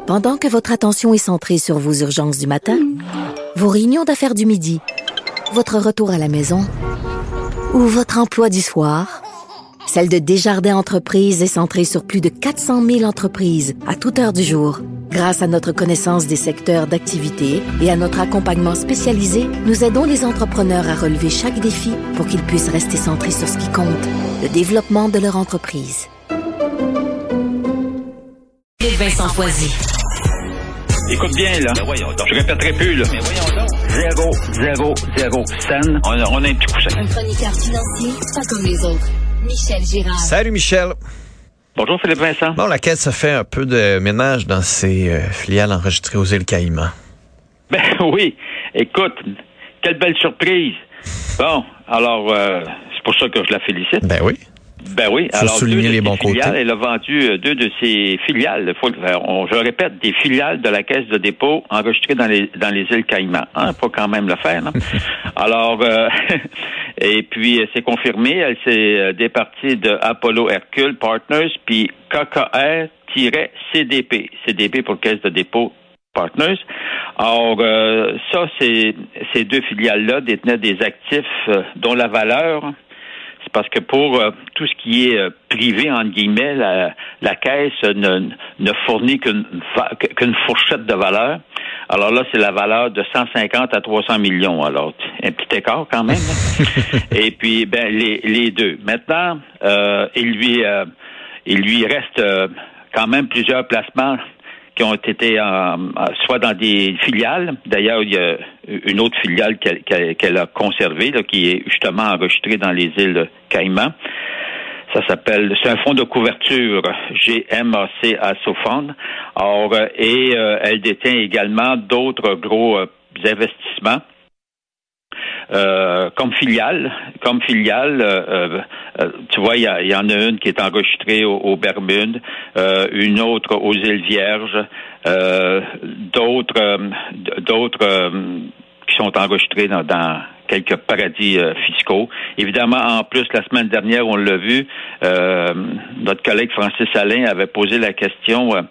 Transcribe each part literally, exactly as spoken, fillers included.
Pendant que votre attention est centrée sur vos urgences du matin, vos réunions d'affaires du midi, votre retour à la maison ou votre emploi du soir, celle de Desjardins Entreprises est centrée sur plus de quatre cent mille entreprises à toute heure du jour. Grâce à notre connaissance des secteurs d'activité et à notre accompagnement spécialisé, nous aidons les entrepreneurs à relever chaque défi pour qu'ils puissent rester centrés sur ce qui compte, le développement de leur entreprise. Vincent Foisy. Écoute bien, là. Mais voyons donc. Je répéterai plus, là. Mais voyons donc. Zéro, zéro, zéro scène. On a, on a un petit coussin. Un chroniqueur financier, pas comme les autres. Michel Girard. Salut Michel. Bonjour Philippe Vincent. Bon, la Caisse a fait un peu de ménage dans ses euh, filiales enregistrées aux îles Caïmans. Ben oui. Écoute, quelle belle surprise. Bon, alors, euh, c'est pour ça que je la félicite. Ben oui. Ben oui. Faut alors, souligner deux de les ses bons filiales, côtés. Elle a vendu deux de ses filiales. Faut, on, je répète, des filiales de la Caisse de dépôt enregistrées dans les dans les îles Caïmans. Hein, faut quand même le faire. Hein? Alors, euh, et puis c'est confirmé. Elle s'est départie de Apollo Hercule Partners puis K K R-C D P. C D P pour Caisse de dépôt Partners. Alors, euh, ça, c'est ces deux filiales-là détenaient des actifs euh, dont la valeur. C'est parce que pour euh, tout ce qui est euh, privé, entre guillemets, la, la Caisse ne, ne fournit qu'une, qu'une fourchette de valeur. Alors là, c'est la valeur de cent cinquante à trois cents millions. Alors, un petit écart quand même. Et puis, ben les, les deux. Maintenant, euh, il lui euh, il lui reste euh, quand même plusieurs placements qui ont été euh, soit dans des filiales. D'ailleurs, il y a une autre filiale qu'elle, qu'elle, qu'elle a conservée, là, qui est justement enregistrée dans les îles Caïmans. Ça s'appelle, c'est un fonds de couverture, G M A C Assofond. Alors, euh, et euh, elle détient également d'autres gros euh, investissements. Euh, comme filiale, comme filiale, euh, euh, tu vois, il y, y en a une qui est enregistrée aux, aux Bermudes, euh, une autre aux îles Vierges, euh, d'autres, euh, d'autres euh, qui sont enregistrées dans, dans quelques paradis euh, fiscaux. Évidemment, en plus, la semaine dernière, on l'a vu, euh, notre collègue Francis Alain avait posé la question euh,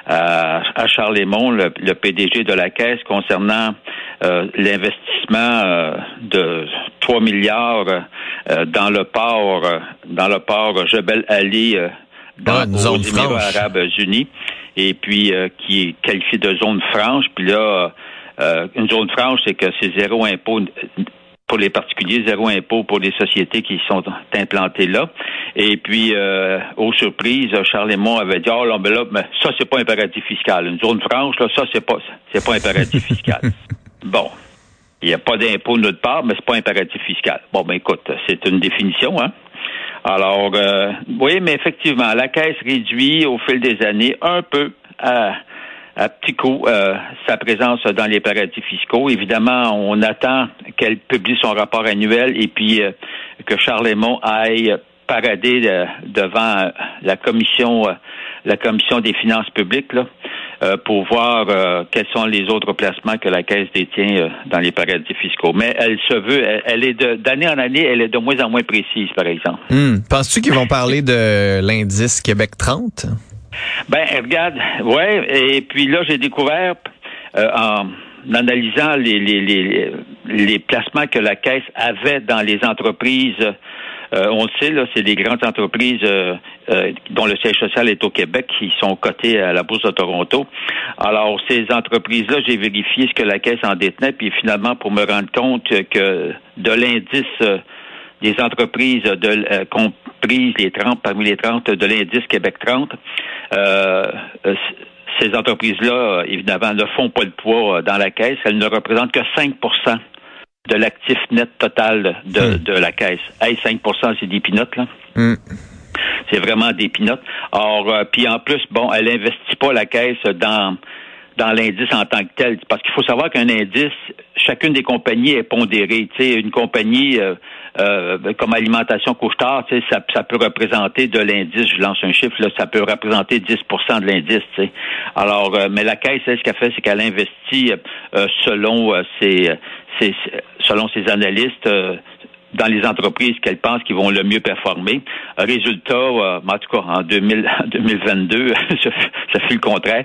à, à Charles Lemond, le, le P D G de la Caisse, concernant euh, l'investissement euh, de trois milliards euh, dans le port, euh, dans le port Jebel Ali, euh, dans ah, aux Émirats arabes unis, et puis euh, qui est qualifié de zone franche. Puis là, euh, une zone franche, c'est que c'est zéro impôt pour les particuliers, zéro impôt pour les sociétés qui sont implantées là. Et puis, euh, aux surprises, Charles Lemond avait dit, oh là, ben là, ben, ça, c'est pas un paradis fiscal. Une zone franche, là, ça, c'est pas, c'est pas un paradis fiscal. Bon. Il n'y a pas d'impôt de notre part, mais c'est pas un paradis fiscal. Bon, ben, écoute, c'est une définition, hein. Alors, euh, oui, mais effectivement, la Caisse réduit au fil des années un peu à, à petits coups euh, sa présence dans les paradis fiscaux. Évidemment, on attend qu'elle publie son rapport annuel et puis euh, que Charles Lemond aille parader euh, devant la commission, euh, la commission des finances publiques là, euh, pour voir euh, quels sont les autres placements que la Caisse détient euh, dans les paradis fiscaux. Mais elle se veut, elle, elle est de, d'année en année, elle est de moins en moins précise, par exemple. Hum. Penses-tu qu'ils vont parler de l'indice Québec trente? Ben, regarde, ouais, et puis là, j'ai découvert, euh, en analysant les, les, les, les placements que la Caisse avait dans les entreprises. Euh, on le sait, là, c'est des grandes entreprises euh, euh, dont le siège social est au Québec, qui sont cotées à la Bourse de Toronto. Alors, ces entreprises-là, j'ai vérifié ce que la Caisse en détenait, puis finalement, pour me rendre compte que de l'indice euh, des entreprises de, euh, comprises les trente, parmi les trente de l'indice Québec trente, euh, euh, ces entreprises-là, évidemment, ne font pas le poids dans la Caisse. Elles ne représentent que cinq pour cent de l'actif net total de, mmh. de la Caisse. Hey, cinq pour cent, c'est des pinottes, là. Mmh. C'est vraiment des pinottes. Or, euh, puis en plus, bon, elle investit pas la Caisse dans dans l'indice en tant que tel. Parce qu'il faut savoir qu'un indice, chacune des compagnies est pondérée. Tu sais, une compagnie euh, euh, comme Alimentation Couche-Tard, tu sais, ça, ça peut représenter de l'indice, je lance un chiffre, là, ça peut représenter dix pour cent de l'indice, tu sais. Alors, euh, mais la Caisse, elle, ce qu'elle fait, c'est qu'elle investit euh, selon euh, ses, ses selon ses analystes euh, dans les entreprises qu'elle pense qui vont le mieux performer. Résultat, euh, en tout cas, en deux mille, deux mille vingt-deux, ça, ça fait le contraire.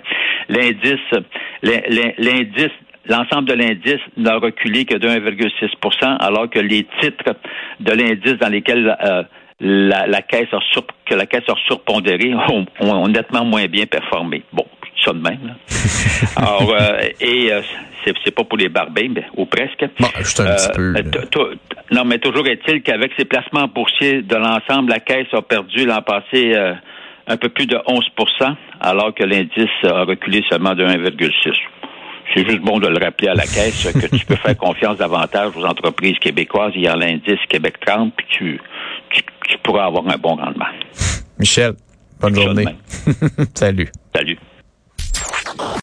l'indice, l'indice, l'ensemble de l'indice n'a reculé que de un virgule six pour cent, alors que les titres de l'indice dans lesquels euh, la, la caisse a sur, que la caisse a surpondéré ont, ont nettement moins bien performé. Bon, ça de même. Là. Alors, euh, et euh, c'est, c'est pas pour les barbés, mais ou presque. Bon, juste un euh, petit peu. T- t- non, mais toujours est-il qu'avec ces placements boursiers de l'ensemble, la caisse a perdu l'an passé euh, un peu plus de onze pour cent, alors que l'indice a reculé seulement de un virgule six. C'est juste bon de le rappeler à la caisse que tu peux faire confiance davantage aux entreprises québécoises. Il y a l'indice Québec trente, puis tu, tu, tu pourras avoir un bon rendement. Michel, bonne journée. Salut. Salut.